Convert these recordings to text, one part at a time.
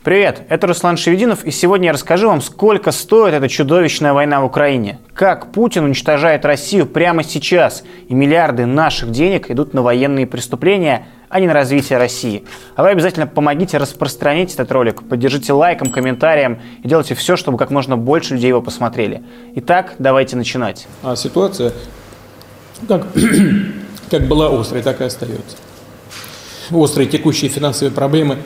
Привет, это Руслан Шевединов, и сегодня я расскажу вам, сколько стоит эта чудовищная война в Украине. Как Путин уничтожает Россию прямо сейчас, и миллиарды наших денег идут на военные преступления, а не на развитие России. А вы обязательно помогите распространить этот ролик, поддержите лайком, комментарием и делайте все, чтобы как можно больше людей его посмотрели. Итак, давайте начинать. А ситуация как была острой, так и остается. Острые текущие финансовые проблемы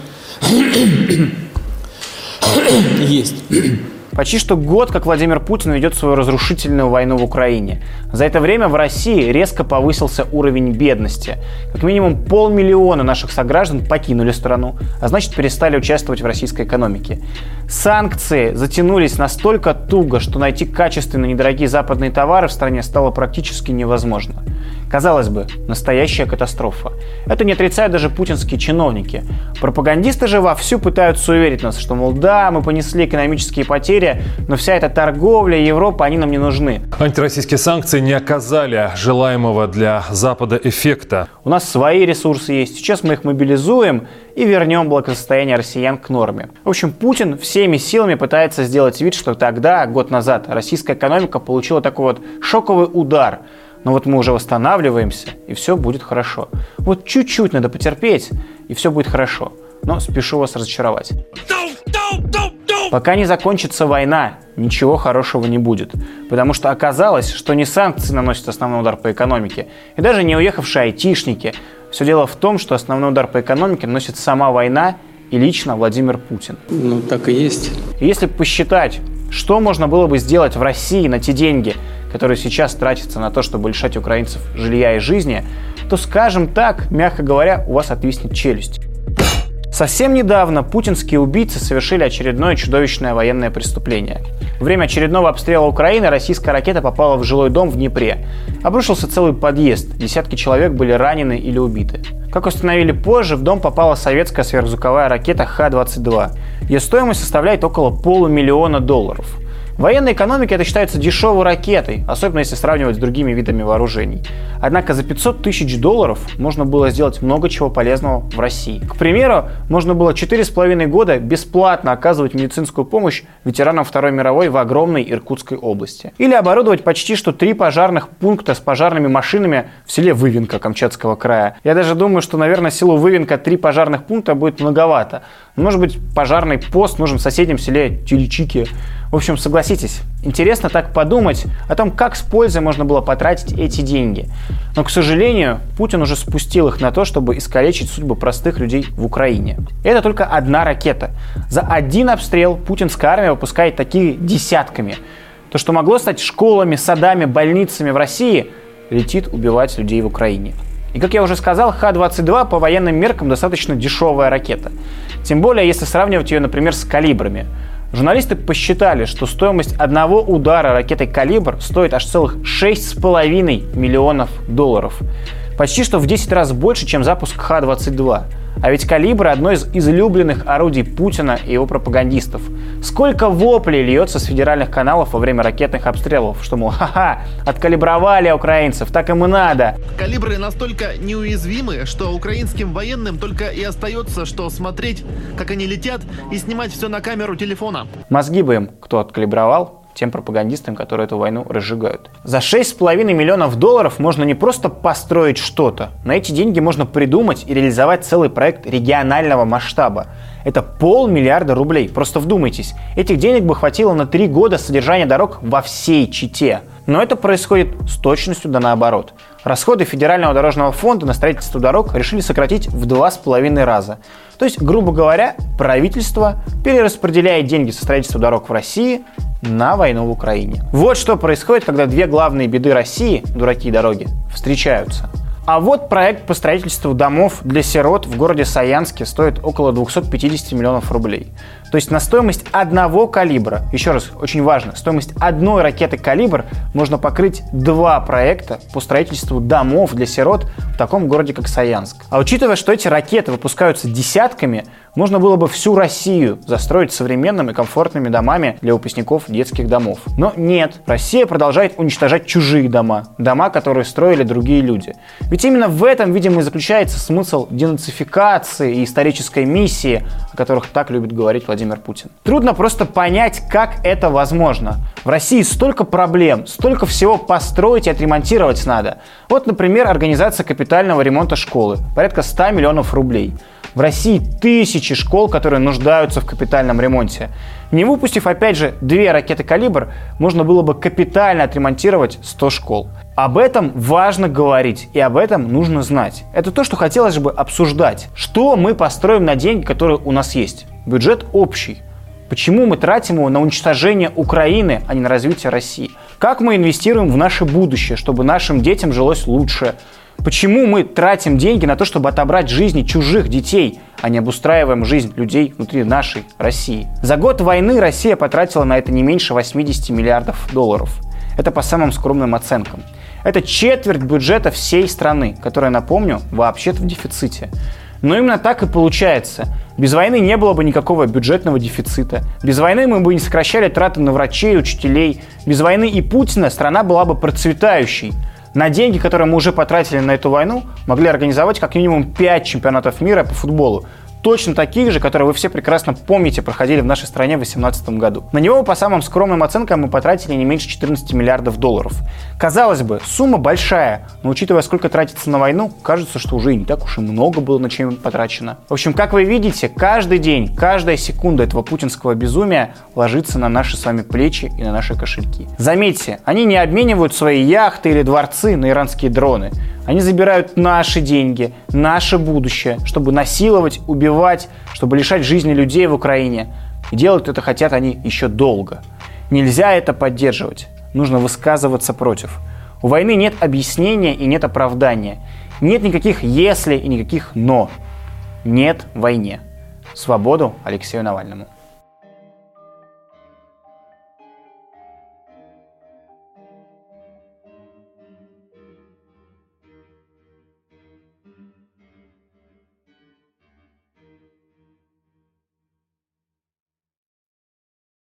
есть. Почти что год, как Владимир Путин ведет свою разрушительную войну в Украине. За это время в России резко повысился уровень бедности. Как минимум 500 000 наших сограждан покинули страну, а значит перестали участвовать в российской экономике. Санкции затянулись настолько туго, что найти качественные недорогие западные товары в стране стало практически невозможно. Казалось бы, настоящая катастрофа. Это не отрицают даже путинские чиновники. Пропагандисты же вовсю пытаются уверить нас, что, мол, да, мы понесли экономические потери, но вся эта торговля и Европа, они нам не нужны. Антироссийские санкции не оказали желаемого для Запада эффекта. У нас свои ресурсы есть, сейчас мы их мобилизуем и вернем благосостояние россиян к норме. В общем, Путин всеми силами пытается сделать вид, что тогда, год назад, российская экономика получила такой вот шоковый удар. Но вот мы уже восстанавливаемся, и все будет хорошо. Вот чуть-чуть надо потерпеть, и все будет хорошо. Но спешу вас разочаровать. Пока не закончится война, ничего хорошего не будет. Потому что оказалось, что не санкции наносят основной удар по экономике, и даже не уехавшие айтишники. Все дело в том, что основной удар по экономике наносит сама война и лично Владимир Путин. Ну, так и есть. И если посчитать, что можно было бы сделать в России на те деньги, которые сейчас тратятся на то, чтобы лишать украинцев жилья и жизни, то, скажем так, мягко говоря, у вас отвиснет челюсть. Совсем недавно путинские убийцы совершили очередное чудовищное военное преступление. Во время очередного обстрела Украины российская ракета попала в жилой дом в Днепре. Обрушился целый подъезд, десятки человек были ранены или убиты. Как установили позже, в дом попала советская сверхзвуковая ракета Х-22. Ее стоимость составляет около $500 000. В военной экономике это считается дешевой ракетой, особенно если сравнивать с другими видами вооружений. Однако за $500 000 можно было сделать много чего полезного в России. К примеру, можно было 4,5 года бесплатно оказывать медицинскую помощь ветеранам Второй мировой в огромной Иркутской области. Или оборудовать почти что 3 пожарных пункта с пожарными машинами в селе Вывенка Камчатского края. Я даже думаю, что, наверное, селу Вывенка 3 пожарных пункта будет многовато. Может быть, пожарный пост нужен в соседнем селе Тюльчики. В общем, согласитесь, интересно так подумать о том, как с пользой можно было потратить эти деньги. Но, к сожалению, Путин уже спустил их на то, чтобы искалечить судьбы простых людей в Украине. И это только одна ракета. За один обстрел путинская армия выпускает такие десятками. То, что могло стать школами, садами, больницами в России, летит убивать людей в Украине. И, как я уже сказал, Х-22 по военным меркам достаточно дешевая ракета. Тем более, если сравнивать ее, например, с калибрами. Журналисты посчитали, что стоимость одного удара ракетой «Калибр» стоит аж целых $6,5 миллионов. Почти что в 10 раз больше, чем запуск Х-22. А ведь «Калибр» — одно из излюбленных орудий Путина и его пропагандистов. Сколько воплей льется с федеральных каналов во время ракетных обстрелов, что, мол, ха-ха, откалибровали украинцев, так им и надо. Калибры настолько неуязвимы, что украинским военным только и остается, что смотреть, как они летят, и снимать все на камеру телефона. Мозги бы им кто откалибровал, тем пропагандистам, которые эту войну разжигают. За $6,5 миллионов можно не просто построить что-то. На эти деньги можно придумать и реализовать целый проект регионального масштаба. Это $500 миллиарда. Просто вдумайтесь, этих денег бы хватило на 3 года содержания дорог во всей Чите. Но это происходит с точностью да наоборот. Расходы Федерального дорожного фонда на строительство дорог решили сократить в 2,5 раза. То есть, грубо говоря, правительство перераспределяет деньги со строительства дорог в России на войну в Украине. Вот что происходит, когда две главные беды России, дураки и дороги, встречаются. А вот проект по строительству домов для сирот в городе Саянске стоит около 250 миллионов рублей. То есть на стоимость одного калибра, еще раз, очень важно, стоимость одной ракеты «Калибр» можно покрыть 2 проекта по строительству домов для сирот таком городе, как Саянск. А учитывая, что эти ракеты выпускаются десятками, можно было бы всю Россию застроить современными комфортными домами для выпускников детских домов. Но нет, Россия продолжает уничтожать чужие дома, дома, которые строили другие люди. Ведь именно в этом, видимо, и заключается смысл денацификации и исторической миссии, о которых так любит говорить Владимир Путин. Трудно просто понять, как это возможно. В России столько проблем, столько всего построить и отремонтировать надо. Вот, например, организация капитального ремонта школы. Порядка 100 миллионов рублей. В России тысячи школ, которые нуждаются в капитальном ремонте. Не выпустив, опять же, 2 ракеты «Калибр», можно было бы капитально отремонтировать 100 школ. Об этом важно говорить, и об этом нужно знать. Это то, что хотелось бы обсуждать. Что мы построим на деньги, которые у нас есть? Бюджет общий. Почему мы тратим его на уничтожение Украины, а не на развитие России? Как мы инвестируем в наше будущее, чтобы нашим детям жилось лучше? Почему мы тратим деньги на то, чтобы отобрать жизни чужих детей, а не обустраиваем жизнь людей внутри нашей России? За год войны Россия потратила на это не меньше 80 миллиардов долларов. Это по самым скромным оценкам. Это четверть бюджета всей страны, которая, напомню, вообще-то в дефиците. Но именно так и получается. Без войны не было бы никакого бюджетного дефицита. Без войны мы бы не сокращали траты на врачей и учителей. Без войны и Путина страна была бы процветающей. На деньги, которые мы уже потратили на эту войну, могли организовать как минимум 5 чемпионатов мира по футболу. Точно таких же, которые вы все прекрасно помните, проходили в нашей стране в 2018 году. На него, по самым скромным оценкам, мы потратили не меньше 14 миллиардов долларов. Казалось бы, сумма большая, но учитывая, сколько тратится на войну, кажется, что уже и не так уж и много было на чем потрачено. В общем, как вы видите, каждый день, каждая секунда этого путинского безумия ложится на наши с вами плечи и на наши кошельки. Заметьте, они не обменивают свои яхты или дворцы на иранские дроны. Они забирают наши деньги, наше будущее, чтобы насиловать, убивать, чтобы лишать жизни людей в Украине. И делать это хотят они еще долго. Нельзя это поддерживать. Нужно высказываться против. У войны нет объяснения и нет оправдания. Нет никаких «если» и никаких «но». Нет войне. Свободу Алексею Навальному.